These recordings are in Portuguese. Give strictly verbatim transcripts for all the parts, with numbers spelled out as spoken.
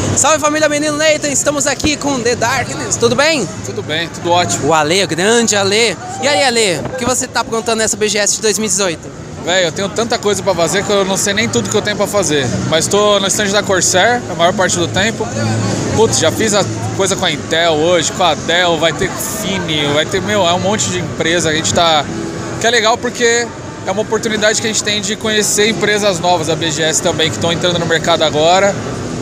Salve família Menino Nathan, estamos aqui com The Darkness, tudo bem? Tudo bem, tudo ótimo. O Ale, o grande Ale. E aí Ale, o que você tá aprontando nessa B G S de dois mil e dezoito? Velho, eu tenho tanta coisa pra fazer que eu não sei nem tudo que eu tenho pra fazer. Mas tô no stand da Corsair a maior parte do tempo. Putz, já fiz a coisa com a Intel hoje, com a Dell, vai ter Fini, vai ter, meu, é um monte de empresa. A gente tá... Que é legal porque é uma oportunidade que a gente tem de conhecer empresas novas da B G S também, que estão entrando no mercado agora.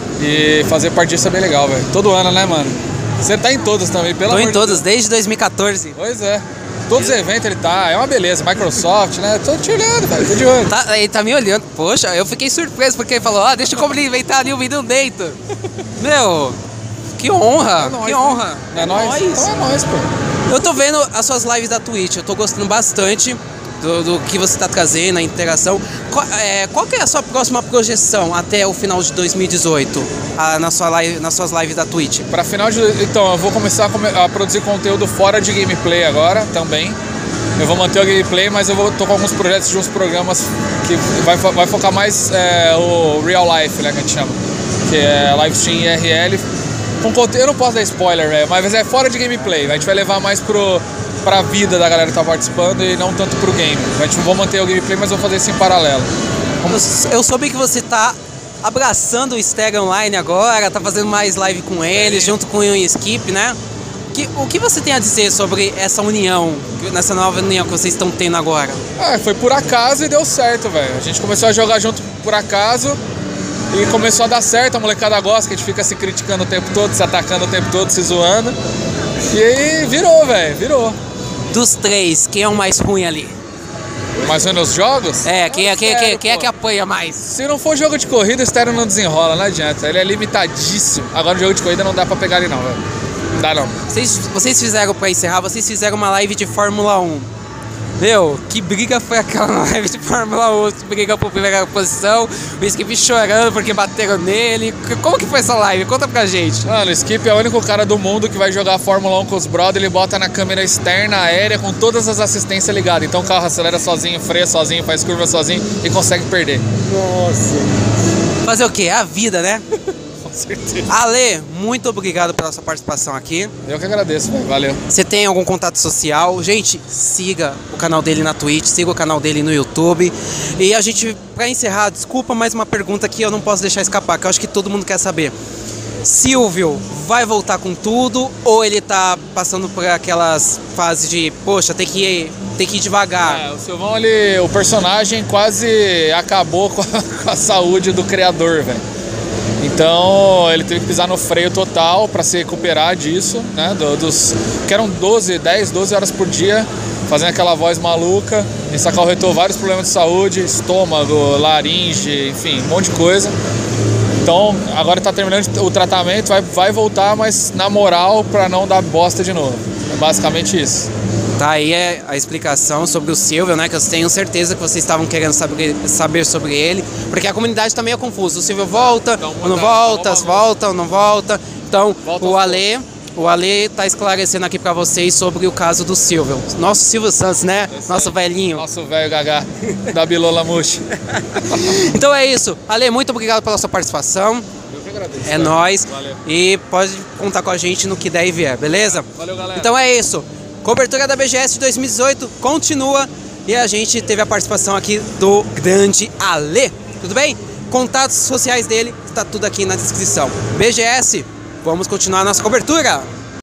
E fazer parte disso é bem legal, velho. Todo ano, né, mano? Você tá em todos também, pelo amor de Deus. Tô em todos, desde dois mil e quatorze. Pois é. Todos os eventos ele tá, é uma beleza. Microsoft, né? Tô te olhando, velho, tô de olho. Tá, ele tá me olhando. Poxa, eu fiquei surpreso porque ele falou, ah, deixa eu cumprimentar ali o Menino Nathan. Meu, que honra, é nóis, que honra. Né? É, é nóis? Então é nóis, pô. Eu tô vendo as suas lives da Twitch, eu tô gostando bastante do, do que você tá trazendo, a interação. Qual, é, qual que é a sua próxima projeção até o final de dois mil e dezoito, a, na sua live, nas suas lives da Twitch? Pra final de... Então, eu vou começar a, come, a produzir conteúdo fora de gameplay agora, também. Eu vou manter o gameplay, mas eu vou tô com alguns projetos de uns programas que vai, vai focar mais é, o real life, né, que a gente chama. Que é live stream I R L. Com conteúdo, eu não posso dar spoiler, véio, mas é fora de gameplay. A gente vai levar mais pro... pra vida da galera que tá participando e não tanto pro game. A gente vou manter o gameplay, mas vou fazer isso em paralelo. Eu, eu soube que você tá abraçando o Stag Online agora, tá fazendo mais live com eles, junto com o Skip, né? Que, o que você tem a dizer sobre essa união, nessa nova união que vocês estão tendo agora? Ah, foi por acaso e deu certo, velho. A gente começou a jogar junto por acaso e começou a dar certo. A molecada gosta, que a gente fica se criticando o tempo todo, se atacando o tempo todo, se zoando. E aí virou, velho, virou. Dos três, quem é o mais ruim ali? Mais ruim nos jogos? É, quem é, quem, Estéreo, quem, quem é que apanha mais? Se não for jogo de corrida, o Estéreo não desenrola, não adianta. Ele é limitadíssimo. Agora no jogo de corrida não dá pra pegar ele não, velho. Não dá não. Vocês, vocês fizeram, pra encerrar, vocês fizeram uma live de Fórmula um. Meu, que briga foi aquela live de Fórmula um? Briga por primeira posição, o Skip chorando porque bateram nele. Como que foi essa live? Conta pra gente. Mano, o Skip é o único cara do mundo que vai jogar Fórmula um com os brothers. Ele bota na câmera externa, aérea, com todas as assistências ligadas. Então o carro acelera sozinho, freia sozinho, faz curva sozinho e consegue perder. Nossa. Fazer o quê? É a vida, né? Com certeza. Ale, muito obrigado pela sua participação aqui. Eu que agradeço, véio. Valeu. Você tem algum contato social? Gente, siga o canal dele na Twitch, siga o canal dele no YouTube. E a gente, pra encerrar, desculpa, mais uma pergunta que eu não posso deixar escapar, que eu acho que todo mundo quer saber. Silvio vai voltar com tudo ou ele tá passando por aquelas fases de, poxa, tem que ir, tem que ir devagar? É, o Silvão, ele, o personagem quase acabou com a, com a saúde do criador, velho. Então ele teve que pisar no freio total para se recuperar disso, né? Do, dos, que eram doze, dez, doze horas por dia, fazendo aquela voz maluca. Isso acarretou vários problemas de saúde, estômago, laringe, enfim, um monte de coisa. Então agora está terminando o tratamento, vai, vai voltar, mas na moral, para não dar bosta de novo. É basicamente isso. Tá aí é a explicação sobre o Silvio, né? Que eu tenho certeza que vocês estavam querendo saber, saber sobre ele. Porque a comunidade também é confusa. O Silvio volta, então, ou não volta, volta ou não volta. Então, volta o Ale, o Ale tá esclarecendo aqui pra vocês sobre o caso do Silvio. Nosso Silvio Santos, né? Esse Nosso velhinho. Nosso velho gagá da Bilola Mushi. Então é isso. Ale, muito obrigado pela sua participação. Eu que agradeço. É nóis. Valeu. E pode contar com a gente no que der e vier, beleza? Valeu, galera. Então é isso. Cobertura da B G S de dois mil e dezoito continua e a gente teve a participação aqui do grande Ale, tudo bem? Contatos sociais dele, está tudo aqui na descrição. B G S, vamos continuar a nossa cobertura!